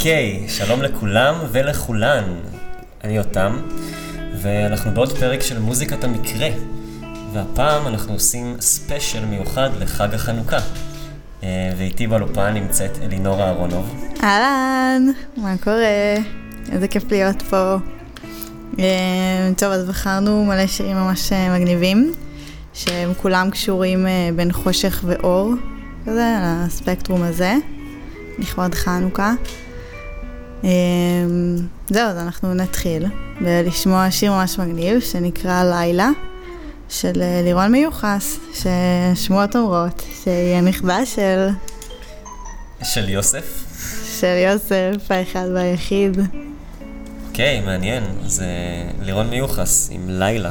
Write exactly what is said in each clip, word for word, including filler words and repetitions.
אוקיי, שלום לכולם ולכולן. אני אותם, ואנחנו בעוד פרק של מוזיקת המקרה. והפעם אנחנו עושים ספיישל מיוחד לחג החנוכה. ואיתי באולפן נמצאת אלינור אהרונוב. אהלן, מה קורה? איזה כיף להיות פה. טוב, אז בחרנו מלא שירים ממש מגניבים, שהם כולם קשורים בין חושך ואור, כזה, לספקטרום הזה, לכבוד חנוכה. זהו, אז אנחנו נתחיל ולשמוע שיר ממש מגניב שנקרא לילה, של לירון מיוחס, ששמועות אומרות שיהיה נכדה של... של יוסף? של יוסף, האחד והיחיד. אוקיי, מעניין. זה לירון מיוחס עם לילה.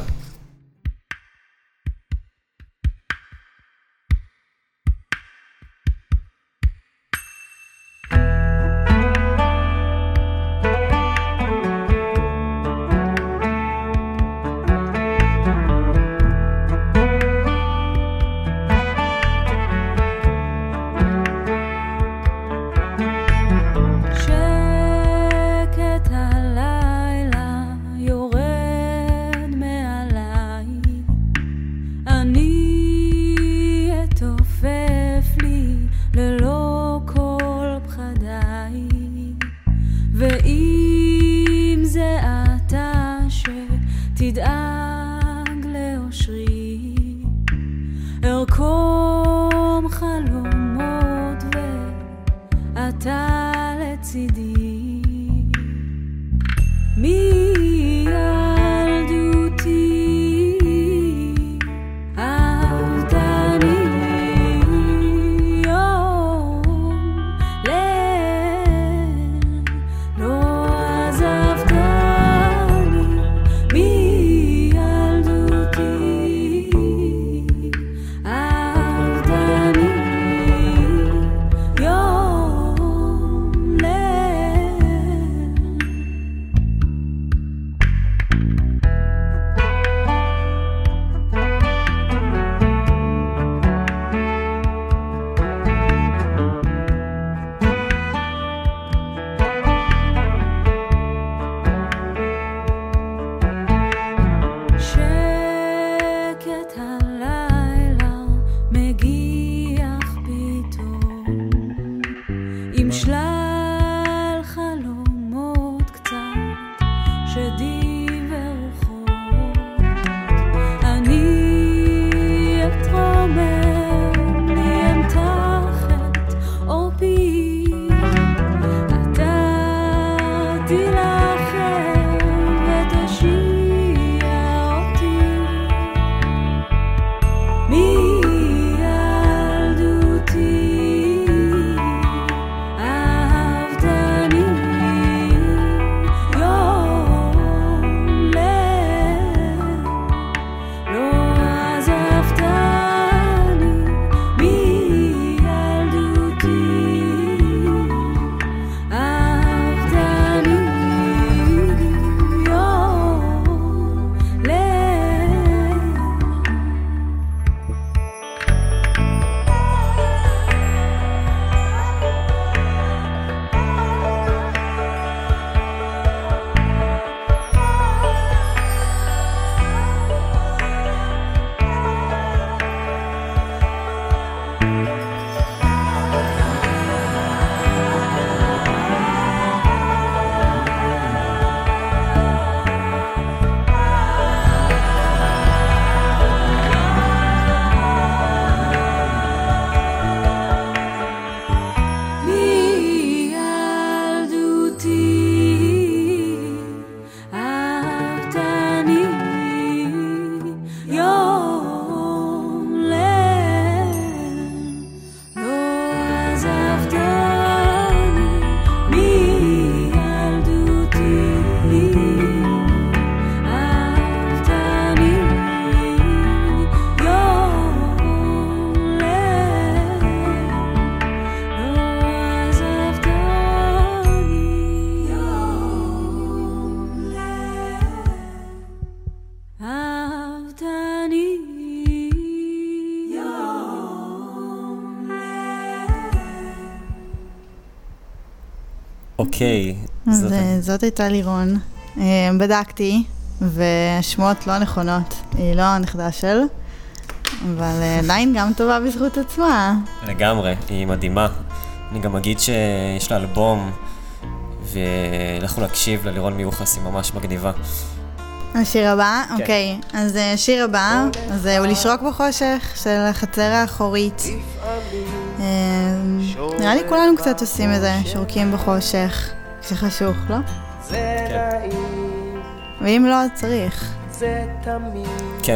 אוקיי. אז זאת הייתה לירון. בדקתי, והשמועות לא נכונות. היא לא הנכדה של, אבל עדיין גם טובה בזכות עצמה. לגמרי, היא מדהימה. אני גם אגיד שיש לה אלבום, ולכו להקשיב ללירון מיוחס, היא ממש מגניבה. השיר הבא, כן. אוקיי. אז השיר הבא, אז הוא לשרוק בחושך של החצר האחורית. נראה לי כולנו קצת עושים את זה, שורקים בחושך, כשחשוך, לא? כן. ואם לא, צריך. כן.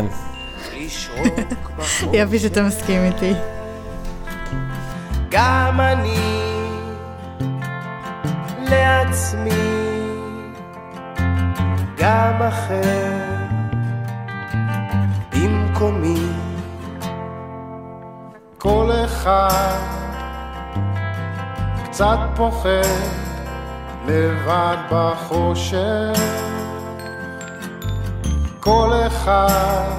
יופי שאתה מסכים איתי. גם אני לעצמי גם אחר במקומי כל אחד קצת פוחד לבד בחושך כל אחד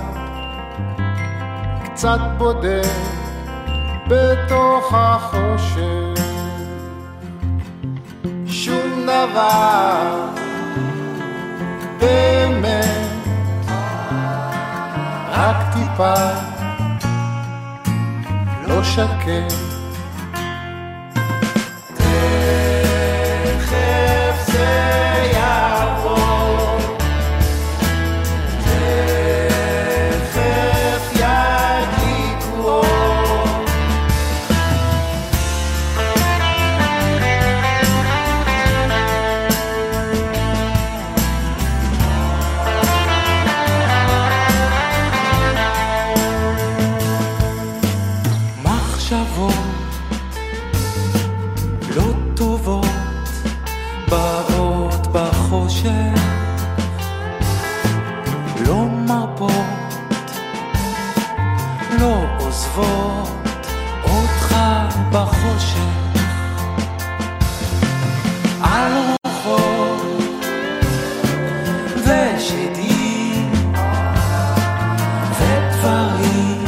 קצת בודד בתוך החושך שום דבר באמת רק טיפה לא שקט תכף זה יעבור תכף ידליק אור מחשבות לא טובות באות בחושך לא מרפות לא עוזבות אותך בחושך על רוחות ושדים ודברים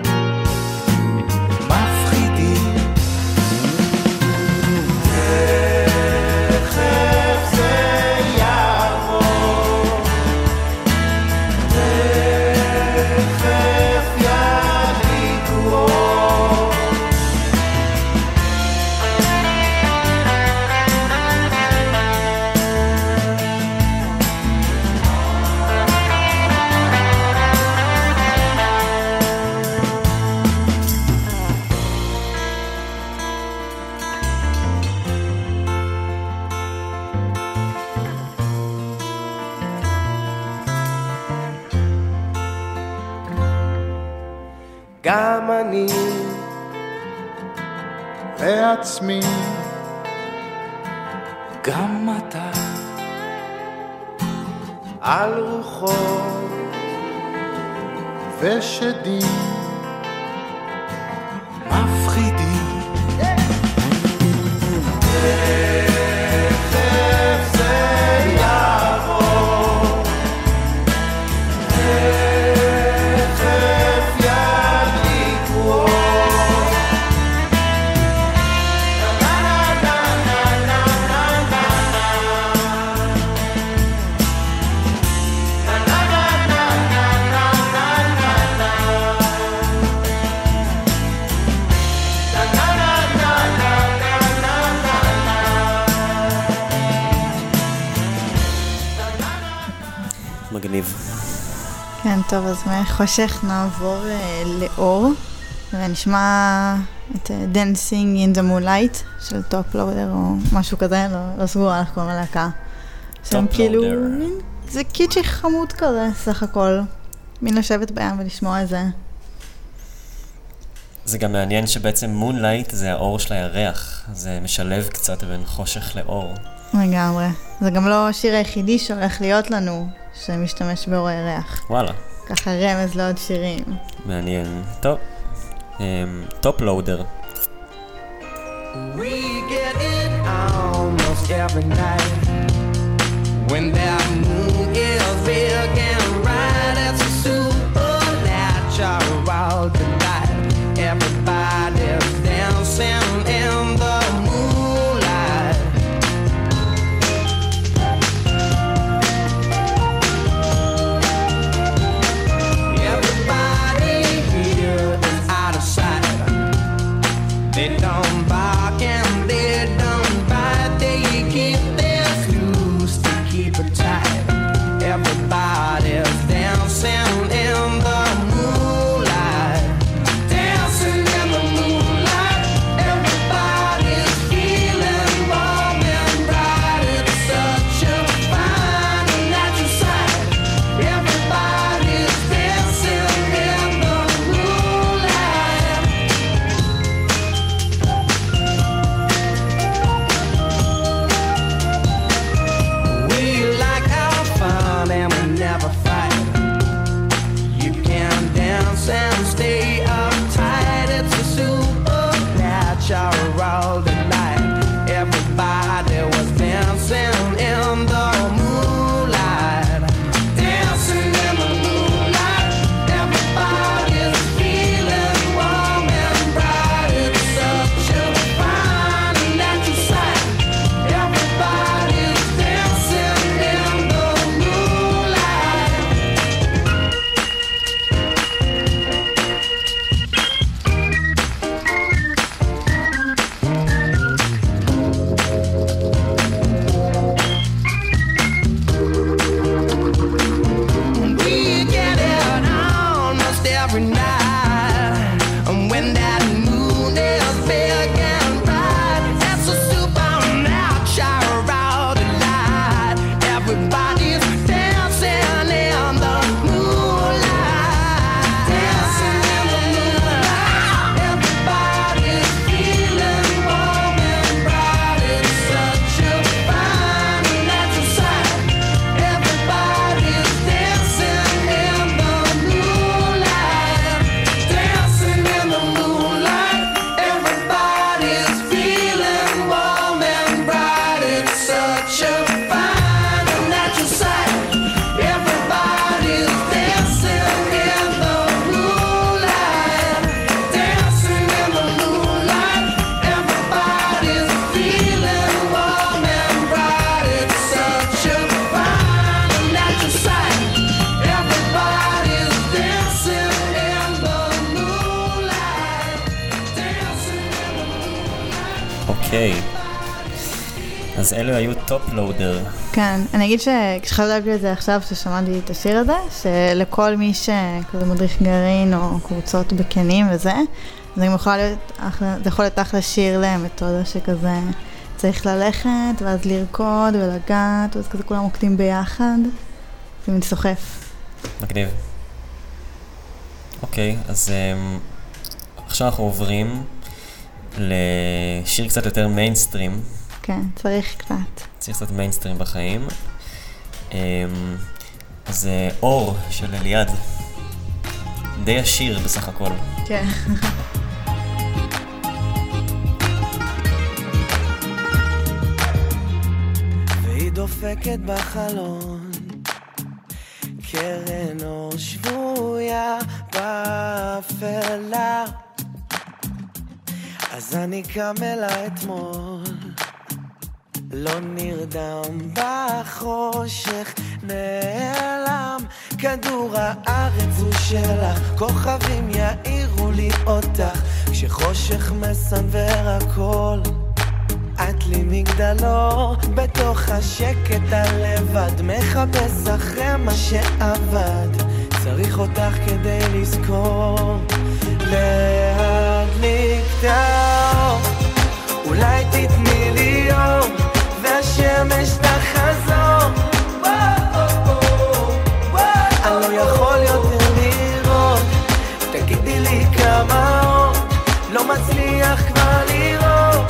גם אני לעצמי גם אתה על רוחות ושדים מפחידים תכף זה יעבור תכף ידליק אור נה נה נה נה נה נה נה נה נה נה מגניב. כן, טוב, אז מחושך נעבור לאור, ונשמע את Dancing in the Moonlight של טופ לואודר או משהו כזה, לא, לא סגורה לך קוראים הלהקה. שהם כאילו, מין, זה קיצ'י חמוד כזה, סך הכל. מין לשבת בים ולשמוע את זה. זה גם מעניין שבעצם מונלייט זה האור של הירח, זה משלב קצת בין חושך לאור. לגמרי. זה גם לא השיר היחידי שהולך להיות לנו שמשתמש באור הירח. וואלה. ככה רמז לעוד שירים. מעניין. טוב. טופ לואודר. We get it almost every night when that moon is big and bright. It's a supernatural delight. Everybody's dancing in the moonlight. אוקיי. אז אלו היו טופ לואודר. כן, אני אגיד שכשחשבתי את זה עכשיו, ששמעתי את השיר הזה, שלכל מי שכזה מדריך גרעין או קבוצות בקנים וזה, זה יכול להיות אחלה, זה יכול להיות אחלה שיר למתודה שכזה צריך ללכת, ואז לרקוד ולגעת, ואז כזה כולם עוקדים ביחד, זה מסוחף. מגניב. אוקיי, אז um, עכשיו אנחנו עוברים לשיר קצת יותר מיינסטרים. כן, צריך קצת. צריך קצת מיינסטרים בחיים. Um, אז uh, אור של אליעד. די עשיר בסך הכל. כן. והיא דופקת בחלון, קרן אור שבויה באפלה, אז אני קם אלה אתמול, לא נרדם בחושך, נעלם כדור הארץ הוא שלך, כוכבים יאירו לי אותך, כשחושך מסנוור הכל, את לי מגדלו, בתוך השקט הלבד, מחפש אחרי מה שעבד, צריך אותך כדי לזכור, להדליק את האור, אולי תתני לי יום, והשמש תחזור, אני לא יכול יותר לראות, תגידי לי כמה עוד, לא מצליח כבר לראות,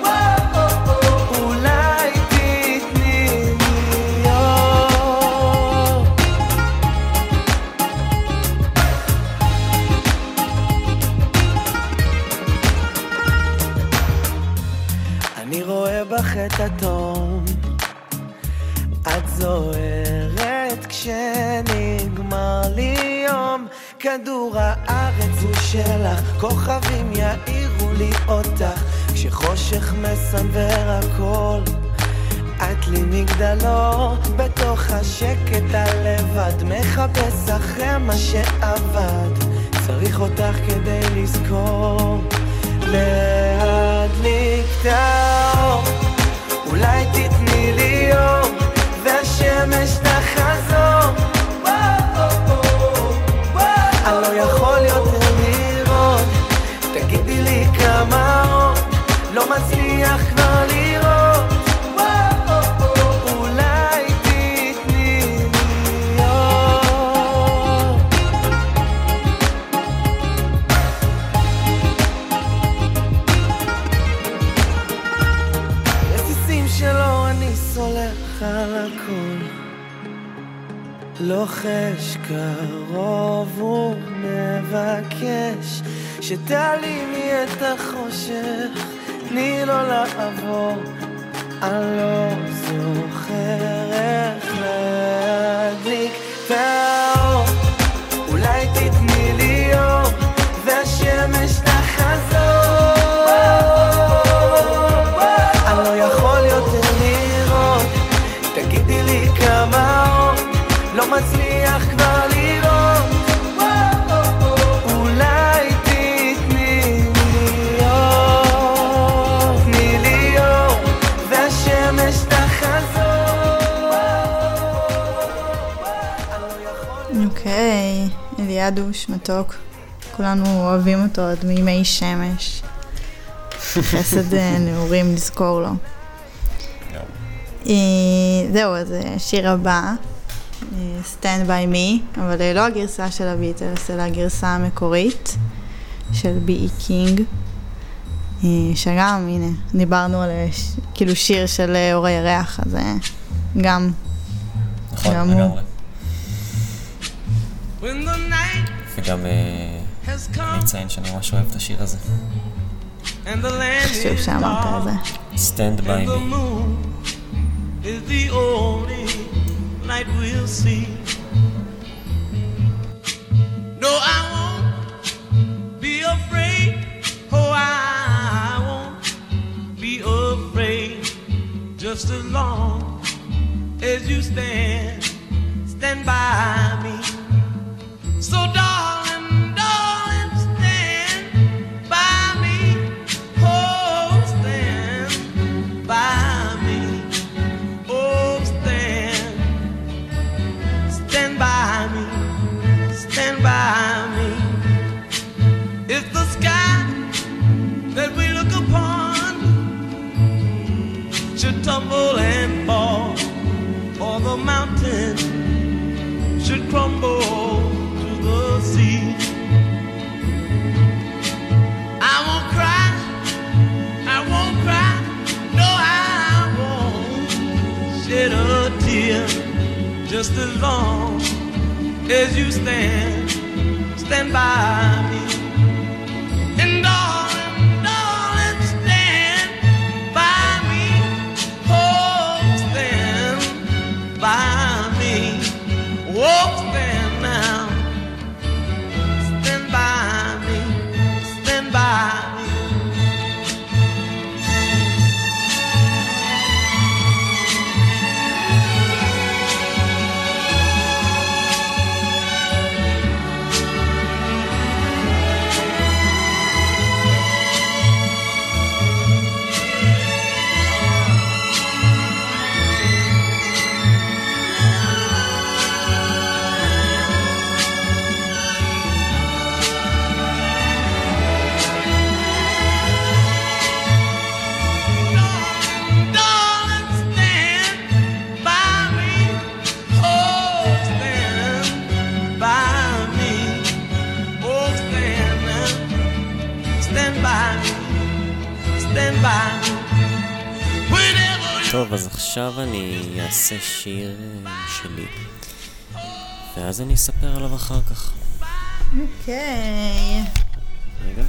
אולי תתני לי יום. אני רואה בך את התום, את זוהרת כשנגמר לי יום, כדור הארץ הוא שלך, כוכבים יאירו לי אותך, כשחושך מסנוור הכל, את לי מגדלו, בתוך השקט הלבד, מחפש אחרי מה שעבד, צריך אותך כדי לזכור, להדליק את האור, אולי תתני לי יום, והשמש תחזור, אני לא יכול יותר לראות, תגידי לי כמה עוד, לא מצליח כבר לראות, אולי תתני לי יום. רסיסים שלו אני סולח על הכל, לוחש קרוב ומבקש שתעלימי את החושך, תני לו לעבור, אני לא זוכר איך להדליק את האור, אולי תתני לי יום, והשמש תחזור, אני לא יכול יותר לראות, תגידי לי כמה עוד, לא מצליח כבר לראות, אולי תתני לי יום, תני לי יום, והשמש תחזור. אוקיי, אליעד אוש מתוק, כולנו אוהבים אותו עד מימי שמש, חסד נעורים לזכור לו. זהו, אז השיר הבא, Stand by me, אבל לא הגרסה של הביטלס, אלא הגרסה המקורית של בי.אי. קינג, שגם, הנה, דיברנו על כאילו שיר של אור הירח, אז גם נכון, לגמרי. וגם אני אציין שאני ממש אוהב את השיר הזה. חשוב שאמרת על זה. Stand by me. Is the only light we'll see. No, I won't be afraid. Oh, I won't be afraid. Just as long as you stand, stand by me. So, darling, darling, stand by me. Oh, stand stumble and fall, or the mountain should crumble to the sea. I won't cry, I won't cry, no I won't shed a tear, just as long as you stand, stand by me. And darling, darling, stand by me, oh, stand by me, oh, stand now, stand by me, stand by me. טוב, אז עכשיו אני אעשה שיר שלי, ואז אני אספר עליו אחר כך. אוקיי. רגע.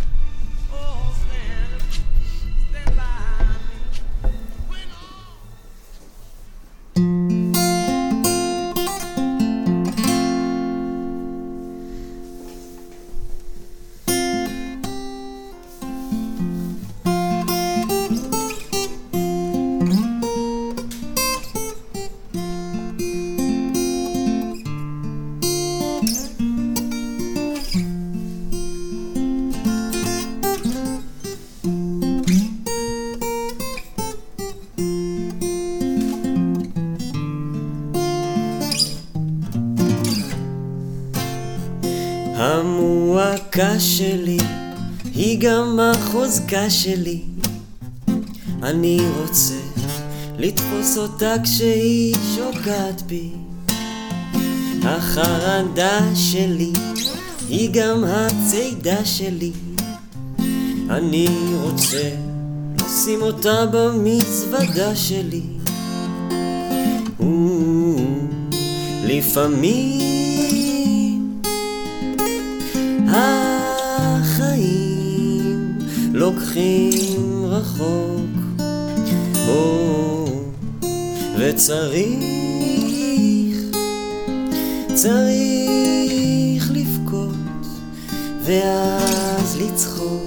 המועקה שלי היא גם החוזקה שלי, אני רוצה לתפוס אותה כשהיא שוקעת בי. החרדה שלי היא גם הצידה שלי, אני רוצה לשים אותה במזוודה שלי. לפעמים החיים לוקחים רחוק, וצריך, צריך לבכות ואז לצחוק.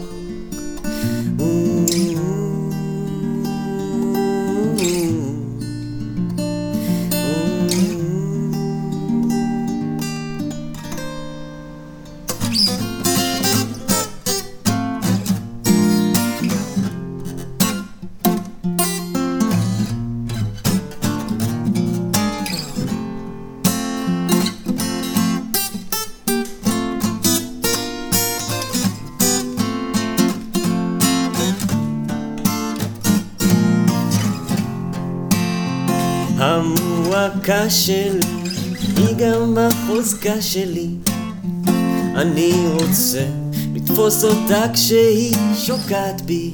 המועקה שלי היא גם החוזקה שלי, אני רוצה לתפוס אותה כשהיא שוקעת בי.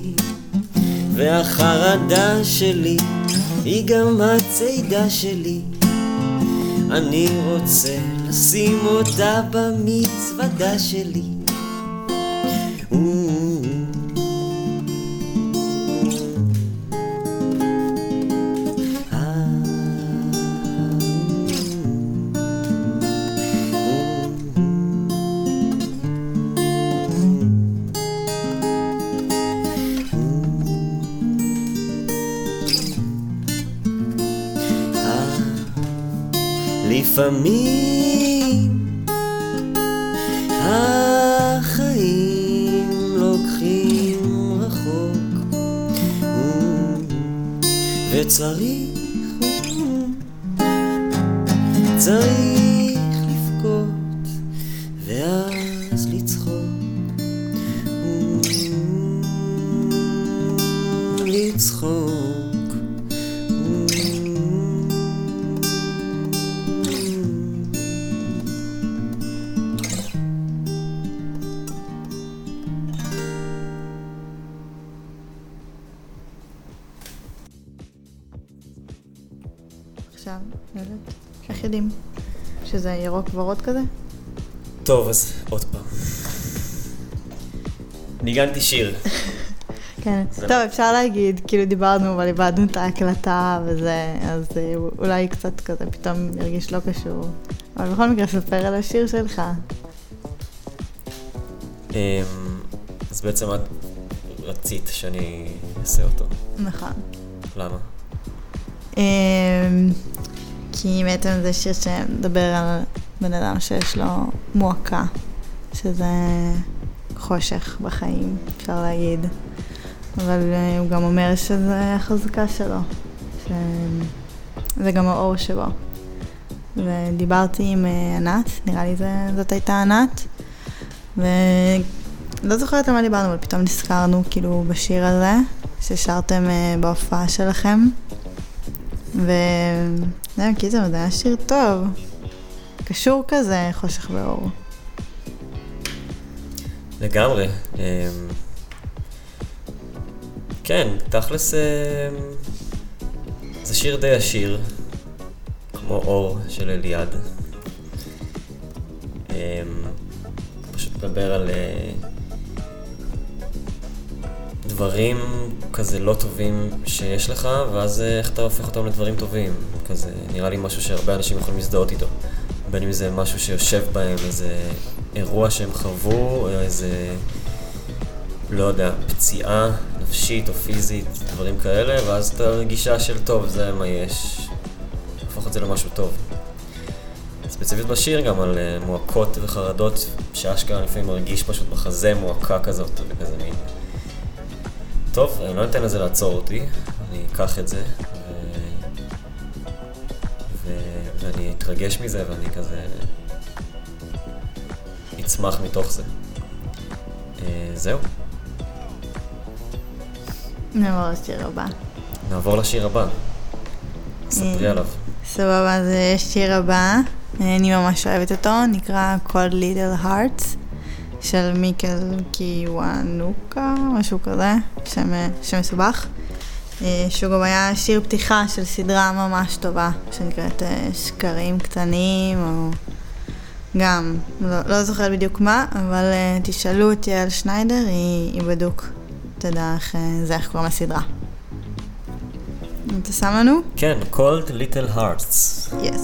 והחרדה שלי היא גם הצידה שלי, אני רוצה לשים אותה במזוודה שלי. לפעמים החיים לוקחים רחוק, וצריך, צריך לבכות ואז לצחוק, לצחוק, איך יודעים? שזה ירוק ורוד כזה? טוב, אז עוד פעם. ניגנתי שיר. כן. טוב, אפשר להגיד, כאילו דיברנו, אבל איבדנו את ההקלטה וזה, אז אולי קצת כזה פתאום ירגיש לא קשור. אבל בכל מקרה, ספר על השיר שלך. אז בעצם את רצית שאני אעשה אותו. נכון. למה? כי בעצם זה שיר שמדבר על בן אדם שיש לו מועקה, שזה חושך בחיים, אפשר להגיד. אבל הוא גם אומר שזה החזקה שלו, שזה גם האור שבו. ודיברתי עם ענת, נראה לי זה, זאת הייתה ענת, ולא זוכרת על מה דיברנו, אבל פתאום נזכרנו כאילו בשיר הזה, ששרתם בהופעה שלכם. וזהו, קיצר, זה היה שיר טוב, קשור כזה, חושך ואור. לגמרי. כן, תכלס זה שיר די עשיר, כמו אור של אליעד. פשוט מדבר על דברים כזה לא טובים שיש לך, ואז איך אתה הופך אותם לדברים טובים. כזה נראה לי משהו שהרבה אנשים יכולים להזדהות איתו. בין אם זה משהו שיושב בהם, איזה אירוע שהם חוו, או איזה, לא יודע, פציעה נפשית או פיזית, דברים כאלה, ואז אתה גישה של טוב, זה מה יש. הופך את זה למשהו טוב. ספציפית בשיר גם על מועקות וחרדות, שאשכרה לפעמים מרגיש פשוט בחזה מועקה כזאת, וכזה מין. טוב, אני לא נותן לזה לעצור אותי, אני אקח את זה, ו... ו... ואני אתרגש מזה, ואני כזה אצמח מתוך זה. זהו. נעבור לשיר הבא. נעבור לשיר הבא. ספרי עליו. סבבה, אז שיר הבא, אני ממש אוהבת אותו, נקרא Cold Little Hearts. של מיקל קיוואנוקה, משהו כזה, שם, שם מסובך. שהוא גם היה שיר פתיחה של סדרה ממש טובה, שנקראת שקרים קטנים, או גם, לא, לא זוכרת בדיוק מה, אבל תשאלו אותי על שניידר, היא, היא בדוק, תדע איך זה, איך קוראים לסדרה. אתה שם לנו? כן, Cold Little Hearts. Yes.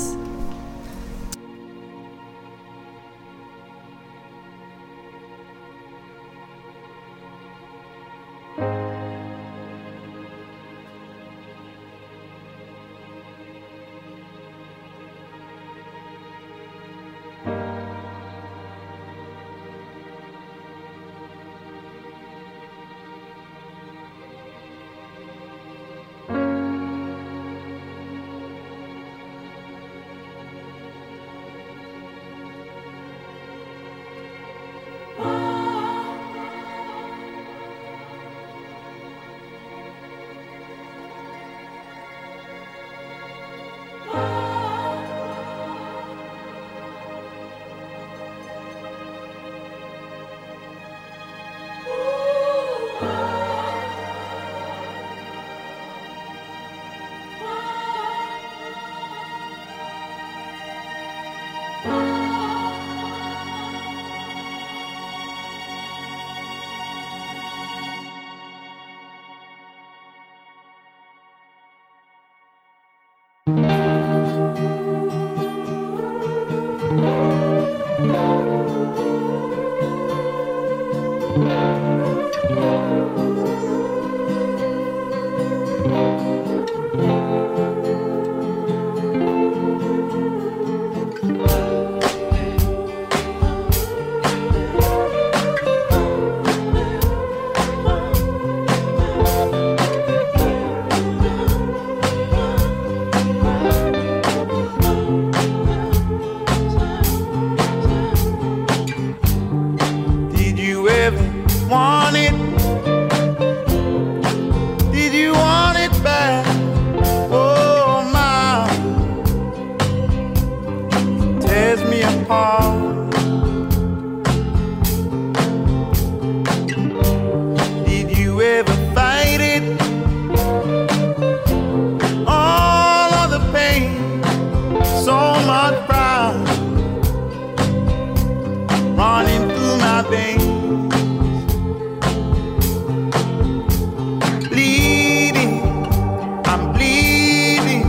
So much pride running through my veins. Bleeding, I'm bleeding.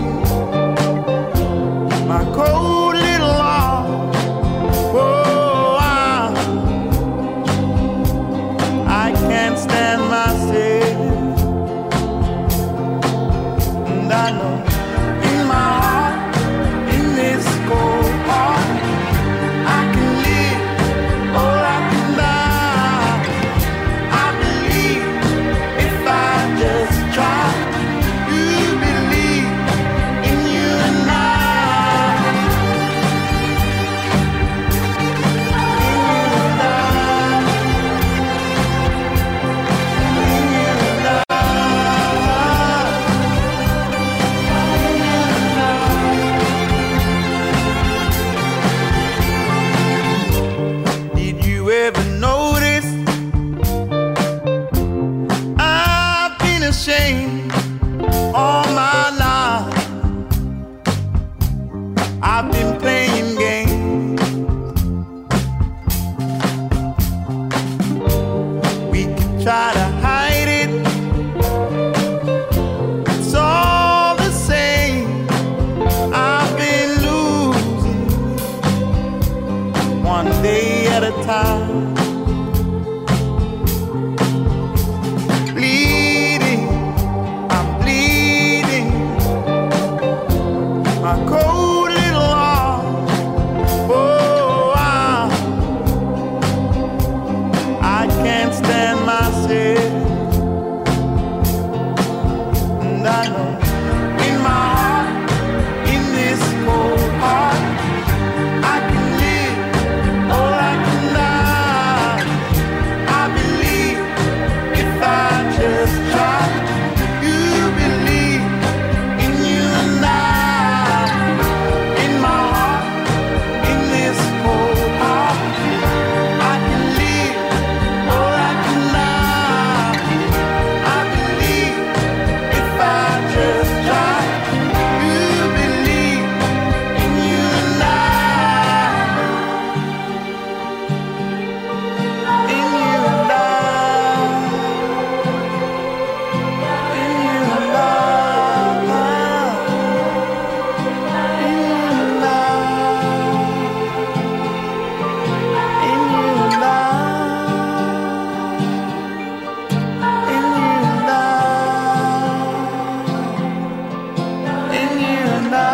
My cold little heart, oh, I, I can't stand myself. And I know in my heart, in this cold heart, I can live or I can die. I believe if I just try. You believe in you and I. Did you ever notice I've been ashamed all my life? I've been playing games. We can try to hide it. It's all the same. I've been losing one day at a time. Bleeding, I'm bleeding. My cold little heart, oh, I, I can't stand myself. And I know in my heart, in this cold heart, I can live or I can die. I believe if I just try. You believe in you and I. In my heart, in this cold heart, I can live or I can die. I believe if I just try. You believe in you and I. In you and I. In you and I. In you and I. In you and I. In you and I. In you and I.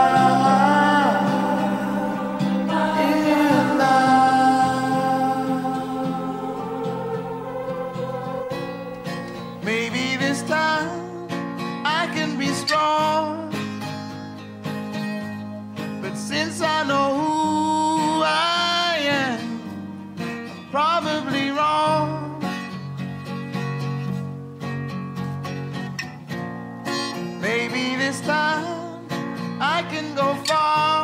In you and I. Maybe this time I can be strong, but since I know who I am, I'm probably wrong. Maybe this time I can go far,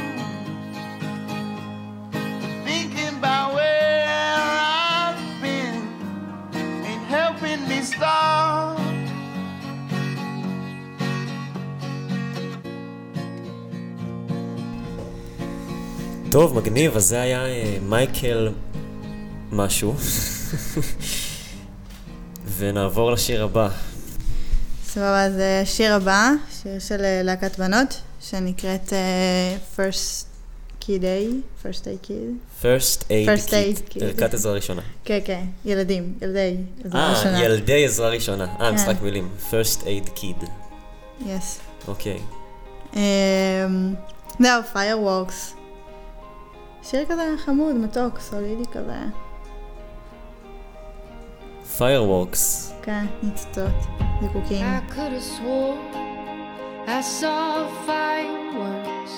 thinking about where I've been ain't helping me start. טוב, מגניב, אז זה היה אה, מייקל משהו. ונעבור לשיר הבא. סבבה, אז אה, השיר הבא, שיר של אה, להקת בנות, שנקראת אה, First Kid A, First Aid Kid. First Aid First Aid Kit, Kit. ערכת עזרה ראשונה. כן, כן, ילדים, ילדי עזרה אה, ראשונה. ילדי עזרה ראשונה. אה, כן. משחק מילים. First Aid Kid. יס. אוקיי. אמ, זהו, Fireworks. שיר כזה חמוד, מתוק, סולידי כזה. Fireworks. כן, ניצוצות, זיקוקים. I could have swore I saw fireworks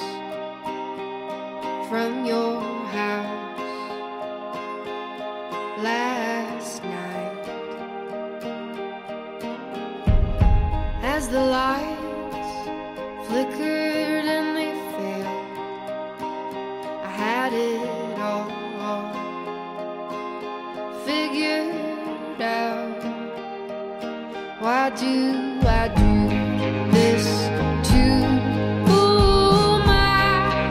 from your house last night. As the lights flickered and they failed, I had it all figured out. Why do I do this to my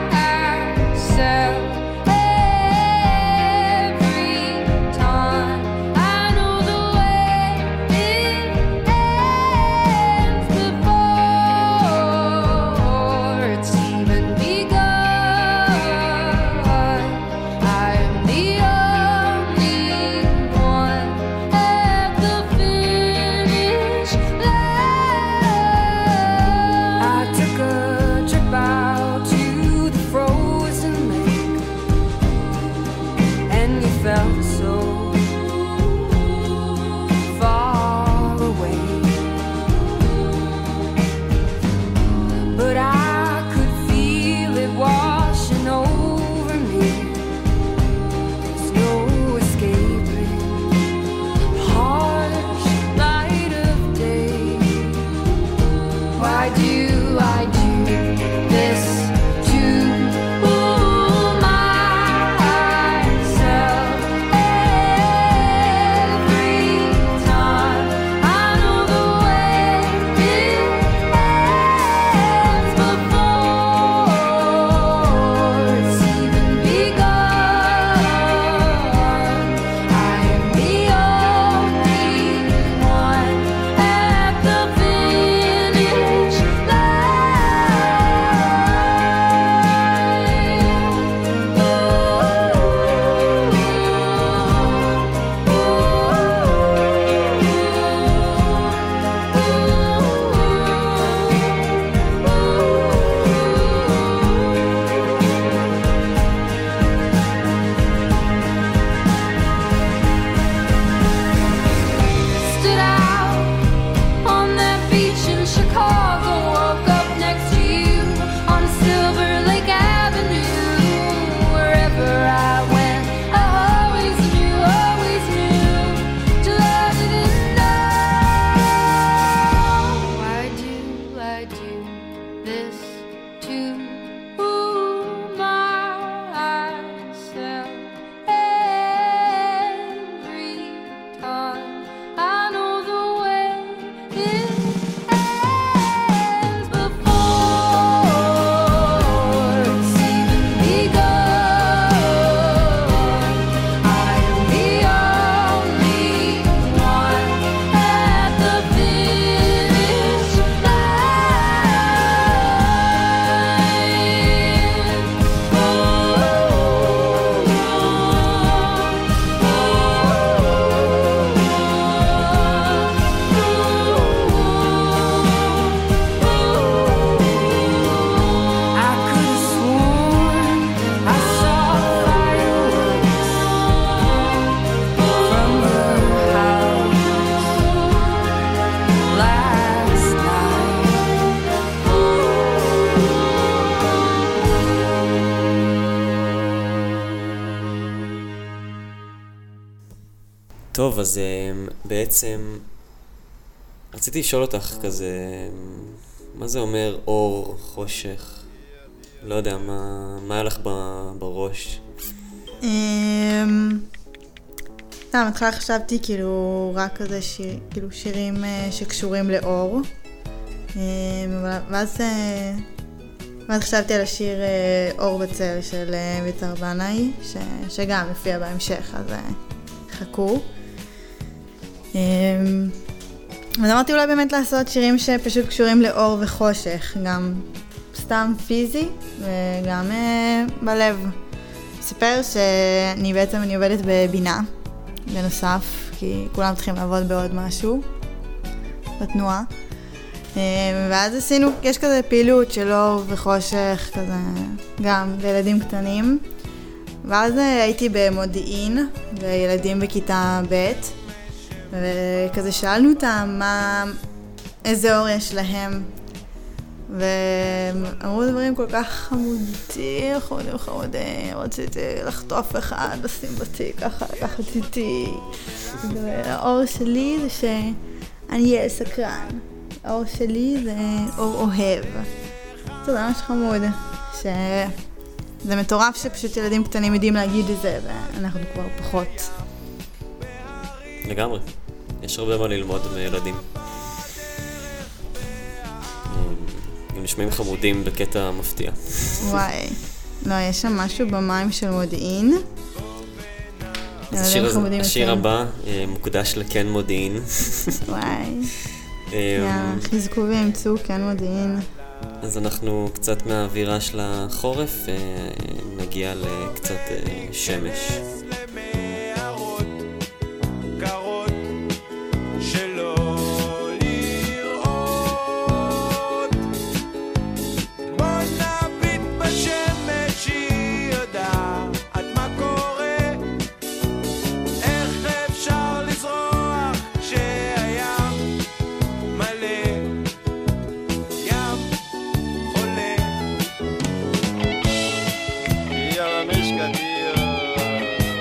טוב, אז um, בעצם רציתי לשאול אותך כזה, מה זה אומר אור, חושך? לא יודע, מה, מה היה לך ב- בראש? לא, מתחילה חשבתי כאילו רק כזה שיר, כאילו שירים אה, שקשורים לאור. אה, אבל- ואז, אה, ואז חשבתי על השיר אה, אור בצל של אה, ויתר בנאי, ש, שגם יופיע בהמשך, אז אה, חכו. אה, אז אמרתי אולי באמת לעשות שירים שפשוט קשורים לאור וחושך, גם סתם פיזי וגם אה, בלב. אספר שאני בעצם אני עובדת בבינה, בנוסף, כי כולם צריכים לעבוד בעוד משהו בתנועה. אה, ואז עשינו, יש כזה פעילות של אור וחושך, כזה גם לילדים קטנים. ואז אה, הייתי במודיעין, לילדים בכיתה ב', וכזה שאלנו אותם מה, איזה אור יש להם. ואמרו דברים כל כך חמודים, חמודים חמודים, רציתי לחטוף אחד, לשים בתיק, ככה לקחת איתי. והאור שלי זה שאני אהיה סקרן. האור שלי זה אור אוהב. זה ממש חמוד, שזה מטורף שפשוט ילדים קטנים יודעים להגיד את זה, ואנחנו כבר פחות. לגמרי. יש הרבה מה ללמוד מילדים. הם נשמעים חמודים בקטע מפתיע. וואי. לא, יש שם משהו במים של מודיעין. אז השיר, הזה, השיר הבא אה, מוקדש לכן מודיעין. וואי. אה, חזקו ואמצו כן מודיעין. אז אנחנו קצת מהאווירה של החורף, אה, נגיע לקצת אה, שמש. Io la mesca Dio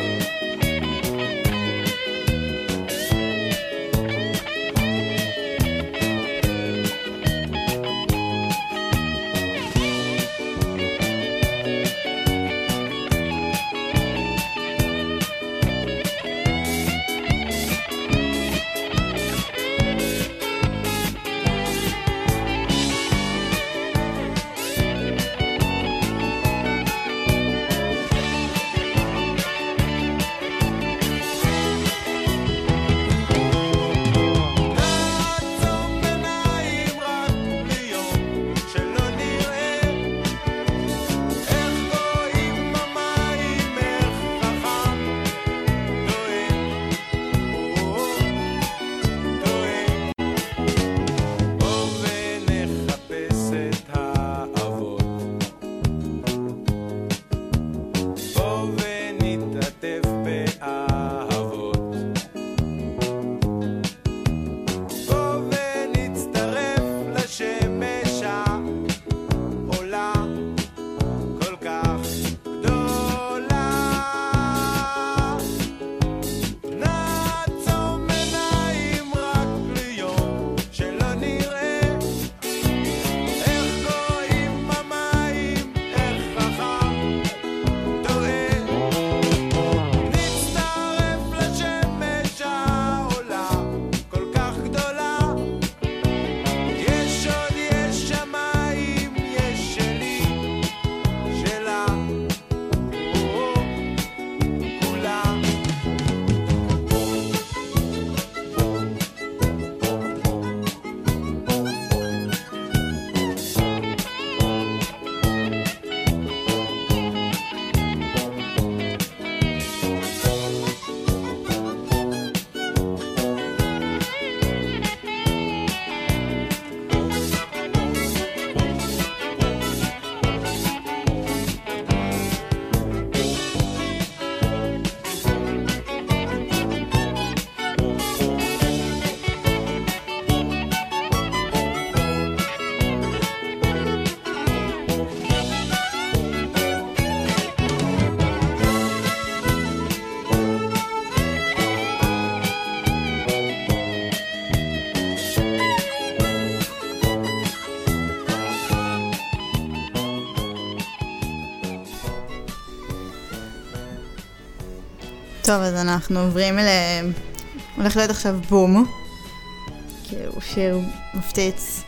טוב, אז אנחנו עוברים אל... הולך להיות עכשיו בום. כאילו שיר מפתיץ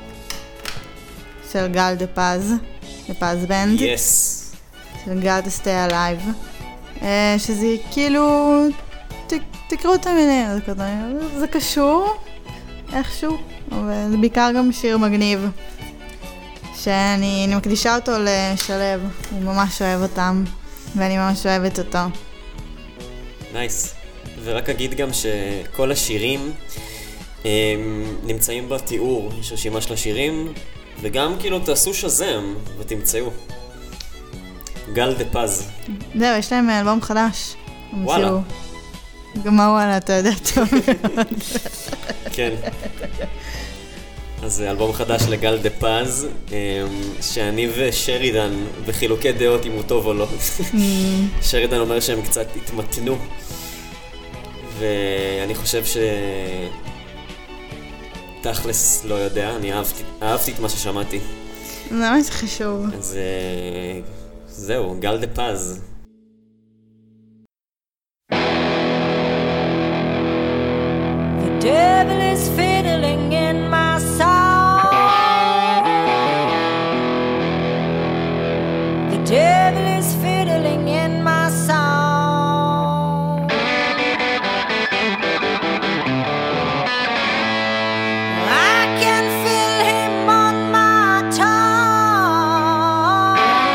של גל דה פז, דה פז בנד. יס. של גל דה סטי אלייב. שזה כאילו... ת, תקראו את המילים, זה, כזה, זה קשור איכשהו, אבל זה בעיקר גם שיר מגניב. שאני מקדישה אותו לשלב, הוא ממש אוהב אותם, ואני ממש אוהבת אותו. נייס. ורק אגיד גם שכל השירים הם, נמצאים בתיאור, יש רשימה של השירים, וגם כאילו תעשו שזם ותמצאו. גל דה פז. זהו, יש להם אלבום חדש. וואלה. המציאו. גם מה וואלה, אתה יודע טוב מאוד. כן. אז זה אלבום חדש לגל דה פז, שאני ושרידן בחילוקי דעות אם הוא טוב או לא. שרידן אומר שהם קצת התמתנו, ואני חושב ש... תכלס לא יודע, אני אהבתי, אהבתי את מה ששמעתי. זה ממש חשוב. אז זהו, גל דה פז. The devil is fiddling in my song. The devil is fiddling in my song. I can feel him on my tongue.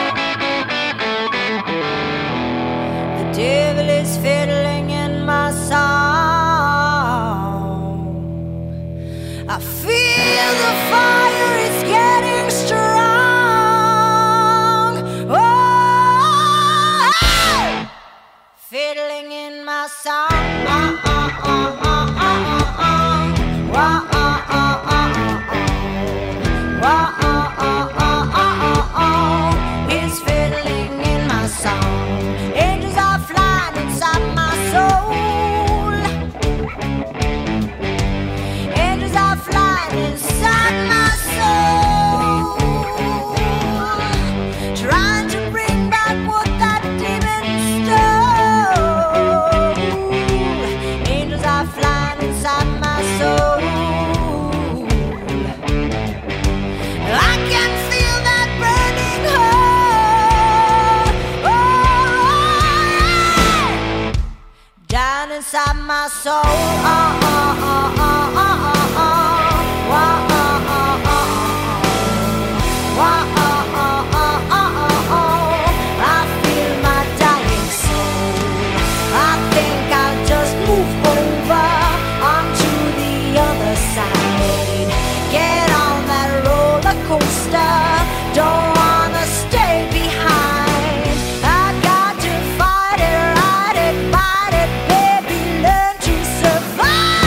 The devil is fiddling in my song. I feel the fire is getting strong. Oh, hey! Fiddling in my song. Uh, uh, uh, uh, uh, uh. Wah, uh, uh, uh, uh. Wah, uh, uh, uh, uh, uh. He's fiddling in my song. Angels are flying inside my soul. Angels are flying inside my soul, trying to bring back what that demon stole. Angels are flying inside my soul. I can feel that burning heart, oh, down inside my soul. Oh, oh, oh, oh, oh, oh, oh. Wah, oh, oh, oh, oh. Wah, oh, oh, oh, oh, oh, oh. I feel my dying soul. I think I'll just move over onto the other side. Get on that roller coaster. Don't wanna stay behind. I got to fight it, ride it, bite it, baby, learn to survive.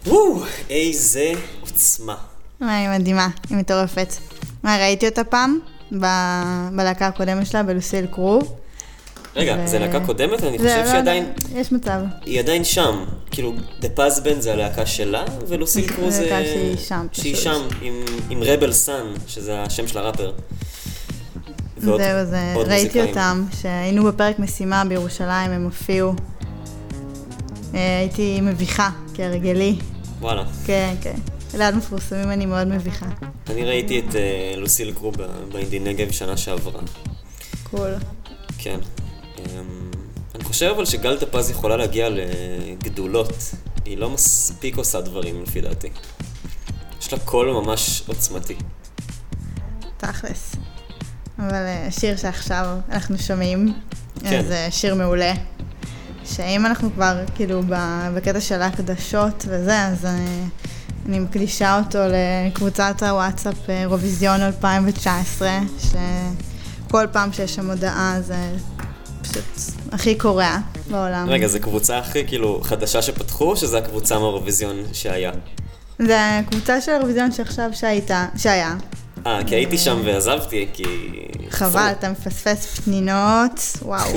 וואו, איזה עוצמה. מה, היא מדהימה, היא מטורפת. מה, ראיתי אותה פעם ב- בלהקה הקודמת שלה, בלוסיל קרו. רגע, ו- זה להקה קודמת? אני זה- חושב לא שהיא עדיין... יודע, יש מצב. היא עדיין שם. כאילו, דה פז בנד זה הלהקה שלה, ולוסיל קרו זה זה... להקה שהיא שם, שהיא פשוט. שם, עם- עם רבל סן, שזה השם של הראפר. ועוד- זהו, זה, עוד ראיתי מוזיקאים. אותם, שהיינו בפרק משימה בירושלים, הם הופיעו. אה, הייתי מביכה, כהרגלי. וואלה. כן, כן. ליד מפורסמים אני מאוד מביכה. אני ראיתי את אה, לוסיל קרו ב- באינדי נגב שנה שעברה. קול. כן. אמ, אני חושב אבל שגל טפז יכולה להגיע לגדולות. היא לא מספיק עושה דברים לפי דעתי. יש לה קול ממש עוצמתי. תכלס. אבל אה, השיר שעכשיו אנחנו שומעים, כן. זה שיר מעולה. שאם אנחנו כבר כאילו ב- בקטע של ההקדשות וזה, אז אה, אני מקדישה אותו לקבוצת הוואטסאפ אה, אירוויזיון אלפיים תשע עשרה, שכל פעם שיש שם הודעה זה פשוט הכי קורע בעולם. רגע, זו קבוצה הכי כאילו חדשה שפתחו, או שזה הקבוצה מהאירוויזיון שהיה? זה הקבוצה של האירוויזיון שעכשיו שהייתה, שהיה. אה, כי הייתי שם ועזבתי, כי... חבל, אתה מפספס פנינות, וואו.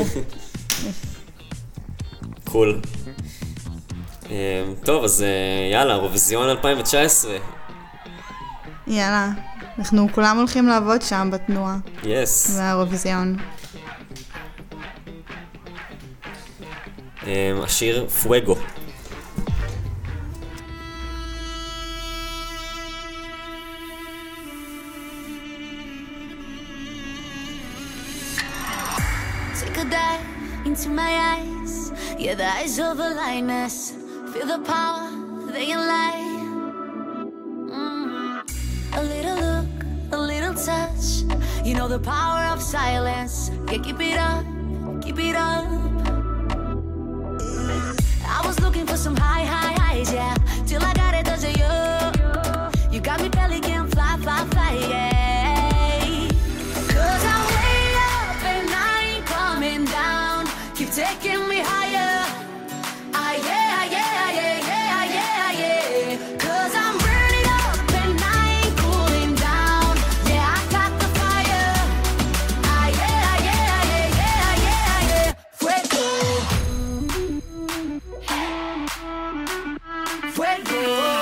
קול. אמ, טוב, אז אה, יאללה, אירוויזיון אלפיים תשע עשרה. יאללה, אנחנו כולם הולכים לעבוד שם בתנועה, יס. באירוויזיון. אמ, השיר פואגו. Take a dive into my eyes. Yeah, the eyes of a lioness. Feel the power, they can lie. Mm. A little look, a little touch. You know the power of silence. Yeah, keep it up, keep it up. I was looking for some high, high highs, yeah. Till I got it, does it you? You got me belly can fly, fly, fly, yeah. Cause I'm way up and I ain't coming down. Keep taking me higher. Ah, yeah, yeah, yeah, yeah, yeah, yeah. Cause I'm burning up and I ain't cooling down. Yeah, I got the fire. Ah, yeah, yeah, yeah, yeah, yeah, yeah. Fuego. Fuego.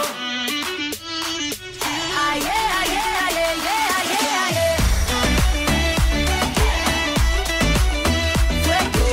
Ah, yeah, yeah, yeah, yeah, yeah, yeah. Fuego.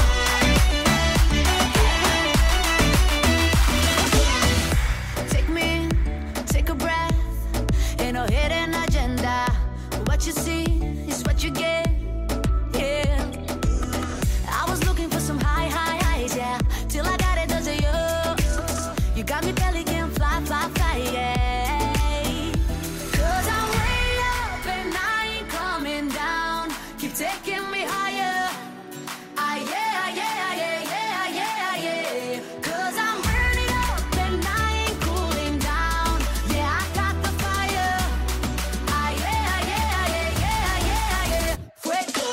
Take me in, take a breath. Ain't no hidden agenda. What you see is what you get. Yeah. I was looking for some high, high highs, yeah. Till I got it, does it you? You got me belly can fly, fly, fly, yeah. Cause I'm way up and I ain't coming down. Keep taking me higher. Ah, yeah, yeah, yeah, yeah, yeah, yeah. Cause I'm burning up and I ain't cooling down. Yeah, I got the fire. Ah, yeah, yeah, yeah, yeah, yeah, yeah. Fuego.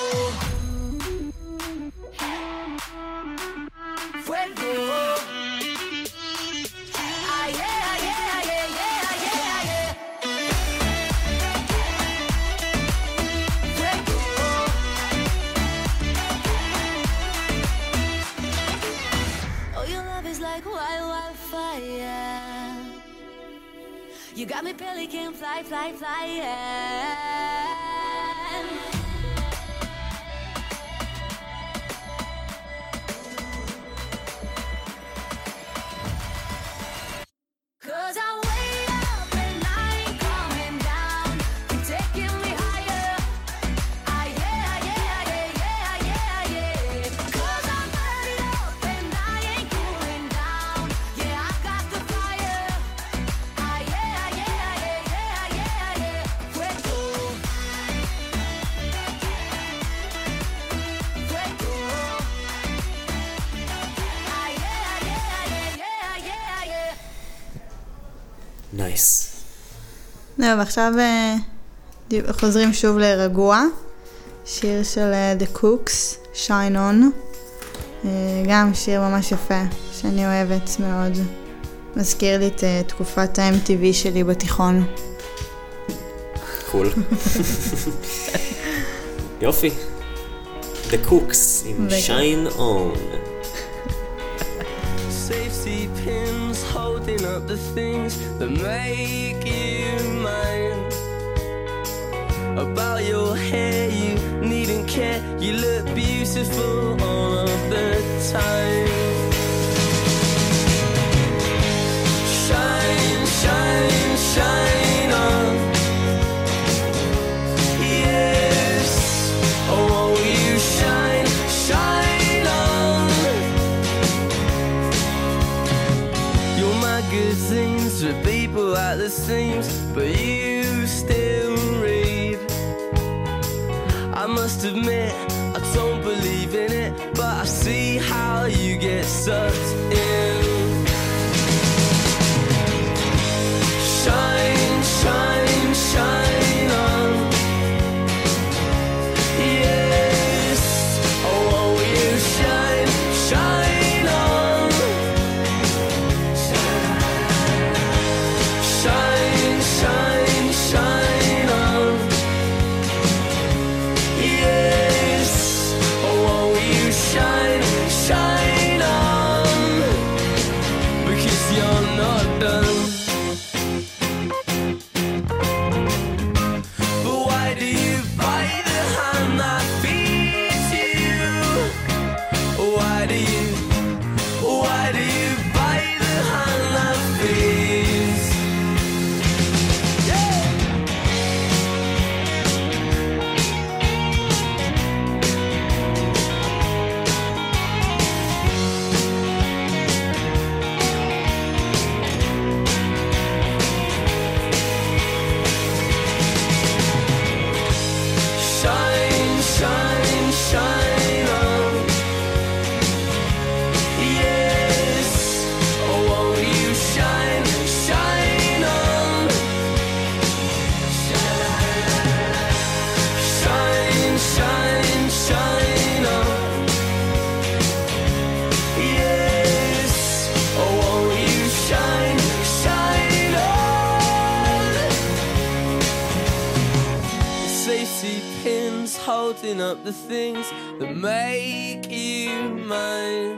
Fuego. Ah, yeah, yeah, yeah, yeah, yeah, yeah. Fuego. Oh, your love is like wild, wildfire. You got me belly can fly, fly, fly, yeah. Cause I'm way up and I ain't coming down. Keep taking me higher. Ah, yeah, yeah, yeah, yeah, yeah, yeah. Cause I'm burning up and I ain't cooling down. Yeah, I got the fire. Ah, yeah, yeah, yeah, yeah, yeah, yeah. Fuego. Fuego. Ah, yeah, yeah, yeah, yeah, yeah, yeah. נייס. זהו, ועכשיו אה, דיב- חוזרים שוב לרגוע. שיר של אה, The Cooks, Shine On. אה, גם שיר ממש יפה, שאני אוהבת מאוד. מזכיר לי את אה, תקופת ה-אם טי וי שלי בתיכון. קול. יופי. The Cooks עם The- Shine On. Safety pins holding up the things that make you mine. About your hair, you needn't care. You look beautiful all of the time. Shine, shine, shine on. Yes, oh, won't you shine, shine on. Your magazines with people at the seams, but you still read. I must admit, I don't believe in it, but I see how you get sucked in. Shine, shine, shine on. Yes, oh, won't you shine, shine on. Shine, shine, shine on. Yes, oh, won't you shine, shine on. Because you're not done. But why do you bite the hand that feeds you? Why do you, why do you bite the hand that feeds? Yeah. Shine, shine, shine on. Yes, oh, won't you shine, shine on. Shine, shine, shine on. Yes, oh, won't you shine, shine on. Safety pins holding up the things that make you mine.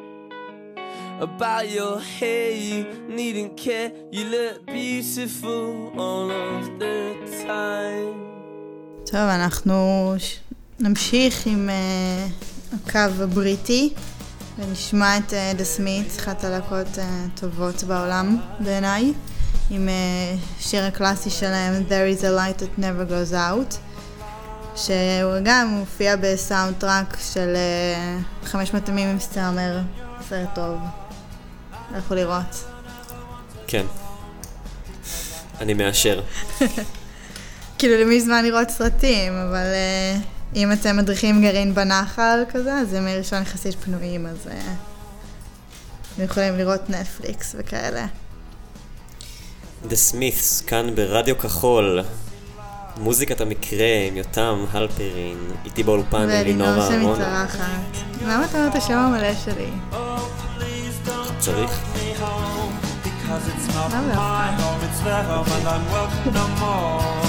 About your hair, you needn't care. You look beautiful all of the time. טוב, אנחנו ש... נמשיך עם uh, הקו הבריטי, ונשמע את uh, The Smiths, אחת הלהקות uh, טובות בעולם בעיניי, עם uh, שיר הקלאסי שלהם, There is a light that never goes out, שהוא גם מופיע בסאונד טראק של uh, חמש מאות ימים עם סטארמר, סרט טוב. לכו לראות. כן. אני מאשר. כאילו למי זמן לראות סרטים, אבל uh, אם אתם מדריכים גרעין בנחל כזה, אז ימי ראשון יחסית פנויים, אז uh, אתם יכולים לראות נטפליקס וכאלה. The Smiths, כאן ברדיו כחול. מוזיקת המקרה עם יותם הלפרין. איתי באולפן אלינור ולינור אהרון. שמצרחת. למה אתה אומר את השם המלא שלי? צריך? Because it's not לא my דווקא. home, it's their home, and I'm welcome no more.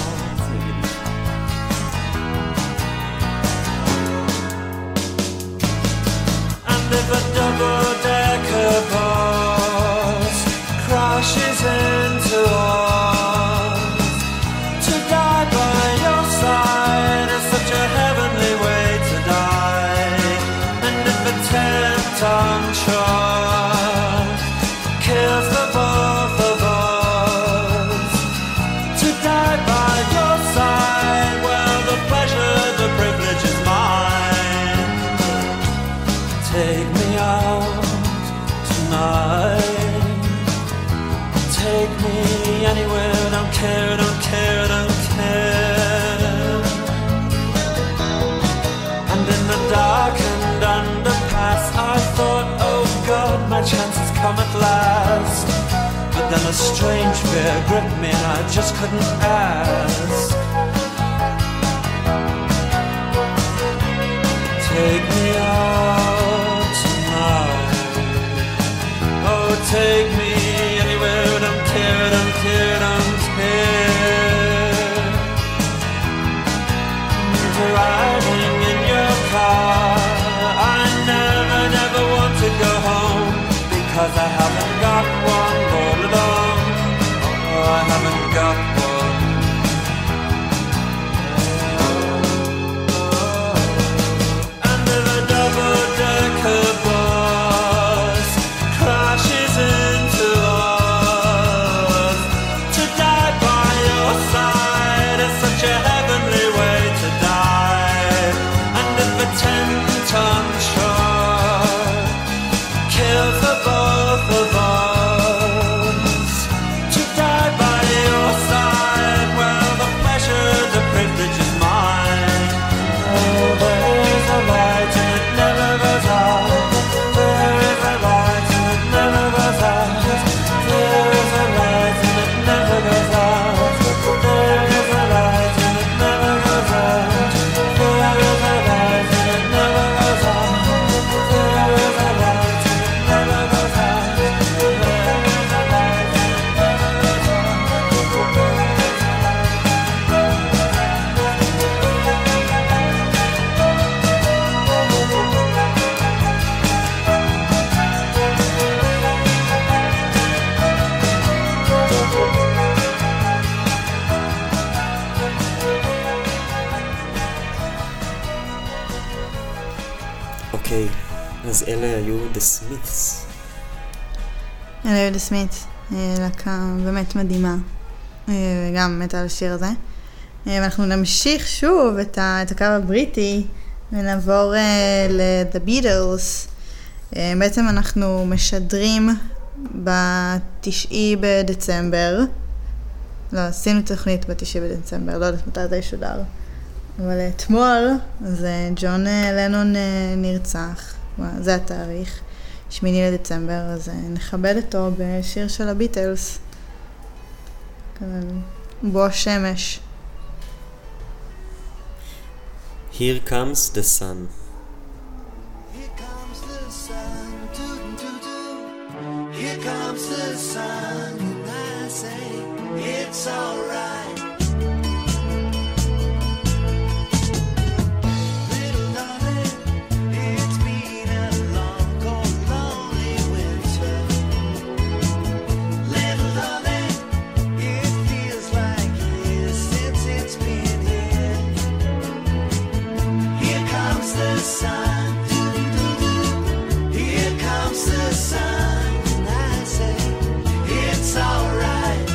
And if a double-decker bus crashes into us, to die by your side is such a heavenly way to die. And if a ten-ton truck kills the both of us, to die by your side, well, the pleasure, the privilege is mine. Take me out tonight, take me anywhere, don't care, don't care, don't care. And in the dark and underpass, I thought, oh God, my chance has come at last. But then a strange fear gripped me and I just couldn't ask. Take me out tonight, oh take me 'cause I haven't got one all along. Oh, I haven't got one. And then a double-decker bus crashes into us. To die by your side is such a heavenly way to die. And if a ten-ton truck kills the both of us, to die by your side, well, the pleasure, the privilege is mine. Oh, there is a light and it never goes out. There is a light and it never goes out. There is a light and it never goes out. There is a light and it never goes out. There is a light and it never goes out. There is a light and it never goes out. There is a light and it never goes אוקיי, אז אלה היו The Smiths. אלה היו The Smiths, אה, להקה באמת מדהימה, אה, וגם מתה על השיר הזה. אה, ואנחנו נמשיך שוב את, ה, את הקו הבריטי, ונעבור אה, ל-The Beatles. אה, בעצם אנחנו משדרים בתשעי בדצמבר, לא, עשינו תוכנית בתשעי בדצמבר, לא יודעת מתי זה ישודר. אבל אתמול, אז ג'ון לנון נרצח, זה התאריך, שמיני לדצמבר, אז נכבד אותו בשיר של הביטלס, בוא שמש. Here comes the sun. Here comes the sun, doo doo doo. Here comes the sun, and I say it's alright. Little darling, it's been a long, cold, lonely winter. Little darling, it feels like years since it's been here. Here comes the sun, doo doo doo. Here comes the sun, and I say it's alright.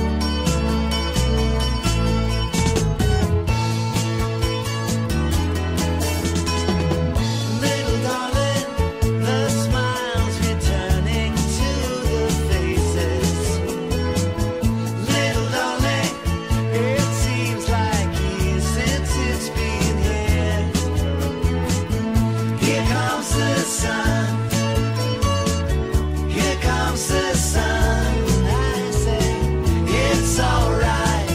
Little darling, the smiles returning to the faces. Little darling, it seems like years since it's been here. Here comes the sun. Here comes the sun, and I say it's alright.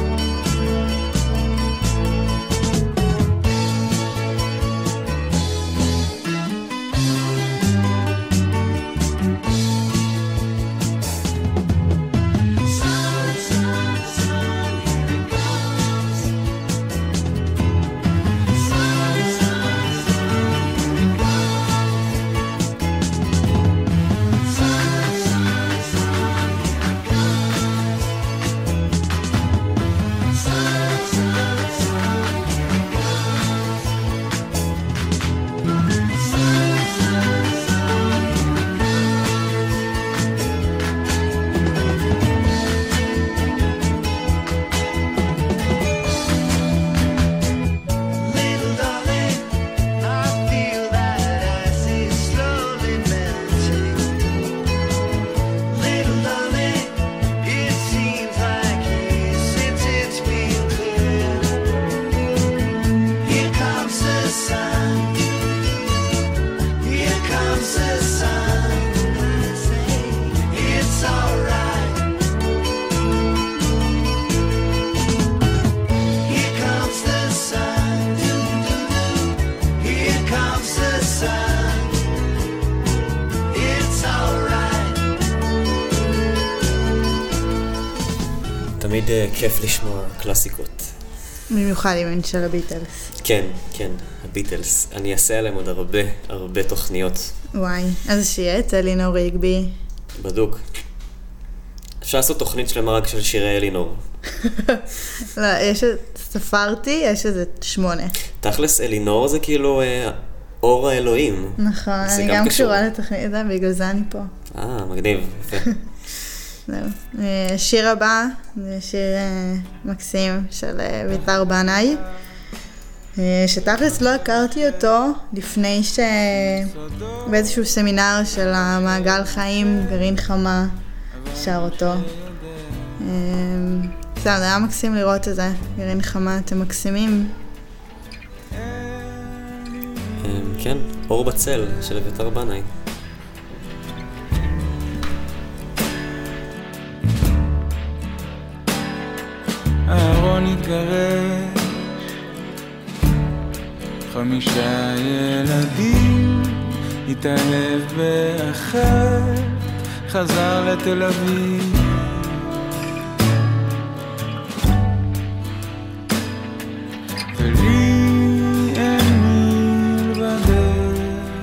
Sun, sun, sun, here it comes. Sun, sun, sun, here it comes. Sun, sun, sun, here it comes. Sun, sun, sun, here it comes. Sun, sun, sun, here it Little darling, I feel that ice is slowly melting. Little darling, it seems like years since it's been clear. Here comes the sun. Here comes the sun, and I say it's alright. Here comes the sun, doo doo doo. Here comes the sun. It's alright. תמיד אה, כיף לשמוע קלאסיקות. במיוחד אם אין של הביטלס. כן, כן, הביטלס. אני אעשה עליהם עוד הרבה, הרבה תוכניות. וואי, אז שיהיה את אלינור ריגבי. בדוק. אפשר לעשות תוכנית שלמה רק של שירי אלינור. לא, יש, ספרתי, יש איזה שמונה. תכלס, אלינור זה כאילו אה, אור האלוהים. נכון, זה אני גם גם קשור. קשורה לתוכנית, זה, בגלל זה אני פה. אה, מגניב, יפה. זהו. אה, שיר הבא, זה שיר אה, מקסים של אה, ויתר בנאי, אה, שתכלס לא הכרתי אותו לפני ש... באיזשהו סמינר של המעגל חיים, גרעין חמה, שר אותו. אה, זה היה מקסים לראות את זה, גרעין חמה, אתם מקסימים. אה, כן, אור בצל של ויתר בנאי. אהרון התגרש, חמישה ילדים, התאהב באחת, חזר לתל אביב. ולי אין מלבדך.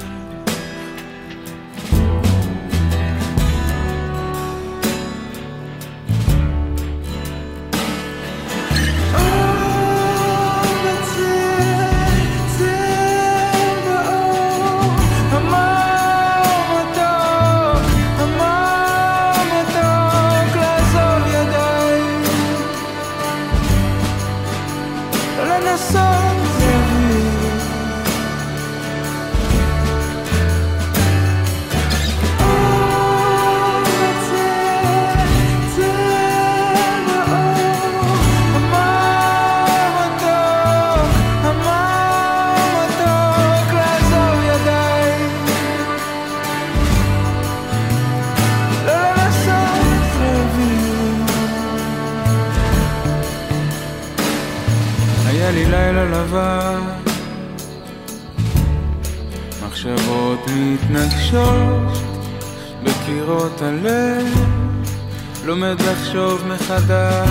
מחשבות מתנגשות בקירות הלב, לומד לחשוב מחדש.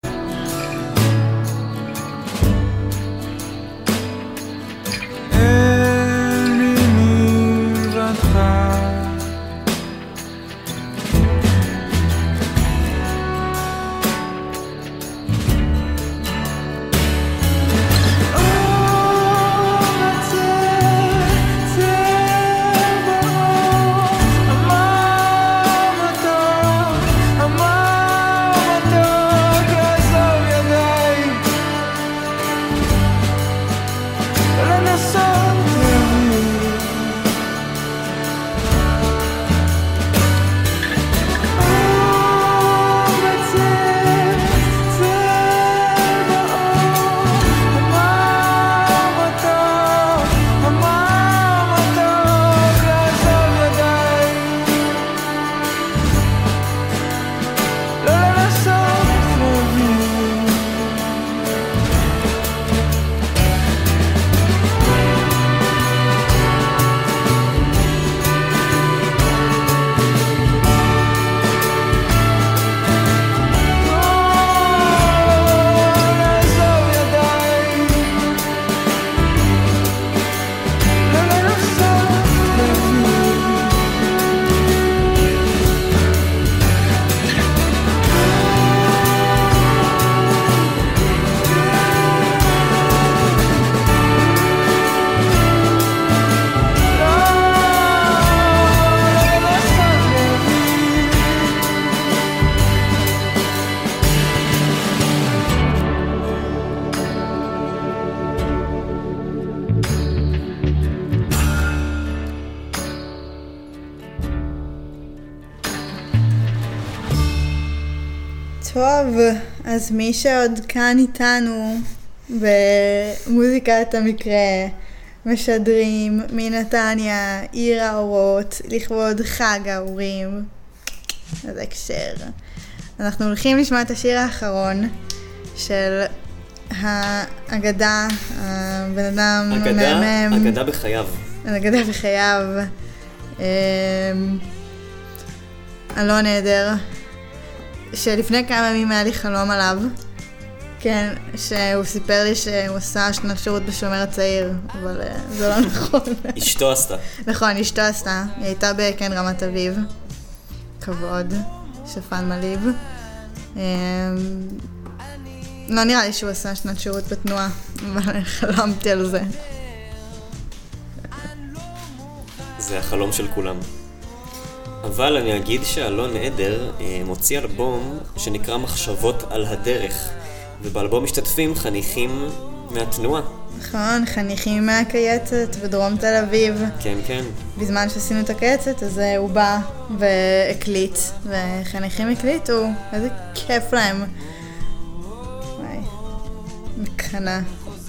אין לי מלבדך. טוב, אז מי שעוד כאן איתנו במוזיקת המקרה, משדרים מנתניה, עיר האורות, לכבוד חג האורים. אז הקשר. אנחנו הולכים לשמוע את השיר האחרון של האגדה, הבן אדם המהמם. אגדה בחייו. אגדה בחייו. אלון נהדר. שלפני כמה ימים היה לי חלום עליו, כן, שהוא סיפר לי שהוא עשה שנת שירות בשומר הצעיר, אבל אה, זה לא נכון. אשתו עשתה. נכון, אשתו עשתה. היא הייתה בכן רמת אביב. כבוד, שפן מליב. אה, לא נראה לי שהוא עשה שנת שירות בתנועה, אבל חלמתי על זה. זה החלום של כולם. אבל אני אגיד שאלון עדר אה, מוציא אלבום שנקרא מחשבות על הדרך, ובאלבום משתתפים חניכים מהתנועה. נכון, חניכים מהקייצת בדרום תל אביב. כן, כן. בזמן שעשינו את הקייצת, אז אה, הוא בא והקליט, וחניכים הקליטו, איזה כיף להם. וואי, מקנה.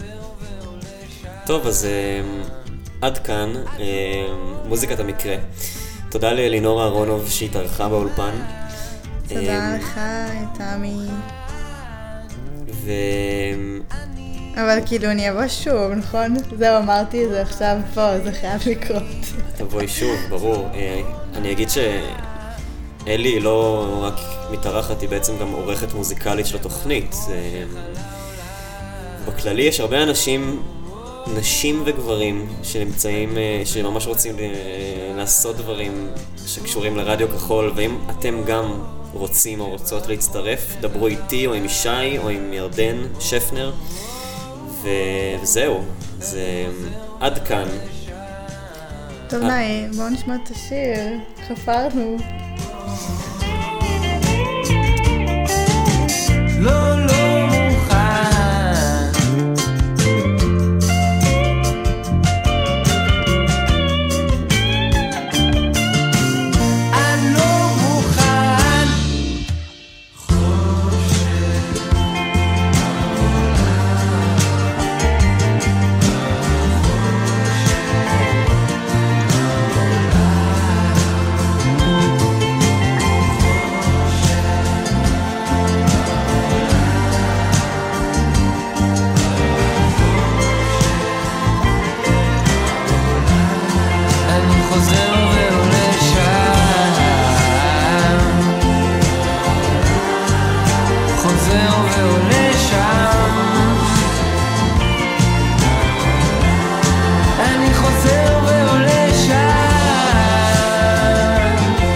טוב, אז אה, עד כאן אה, מוזיקת המקרה. תודה לאלינור אהרונוב שהתארחה באולפן. תודה לך, תמי. ו... אבל כאילו אני אבוא שוב, נכון? זהו, אמרתי, זה עכשיו פה, זה חייב לקרות. תבואי שוב, ברור. אה, אני אגיד שאלי היא לא רק מתארחת, היא בעצם גם עורכת מוזיקלית של התוכנית. אה, בכללי יש הרבה אנשים, נשים וגברים, שנמצאים, אה, שממש רוצים אה, לעשות דברים שקשורים לרדיו כחול, ואם אתם גם רוצים או רוצות להצטרף, דברו איתי או עם ישי או עם ירדן שפנר. ו... וזהו, זה עד כאן. טוב, נאי, בואו נשמע את השיר, חפרנו. לא, לא מוכן. אני לא מוכן. אני חוזר ועולה שם, חוזר ועולה שם, אני חוזר ועולה שם,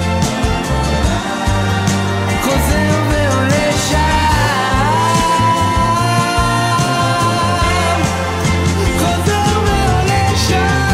חוזר ועולה שם, חוזר ועולה שם.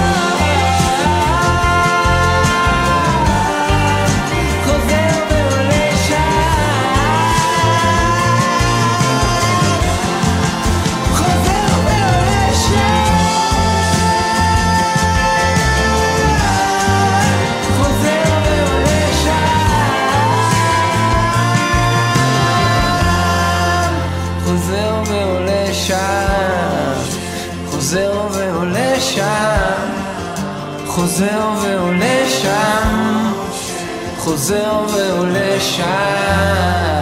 חוזר ועולה שם, חוזר ועולה שם.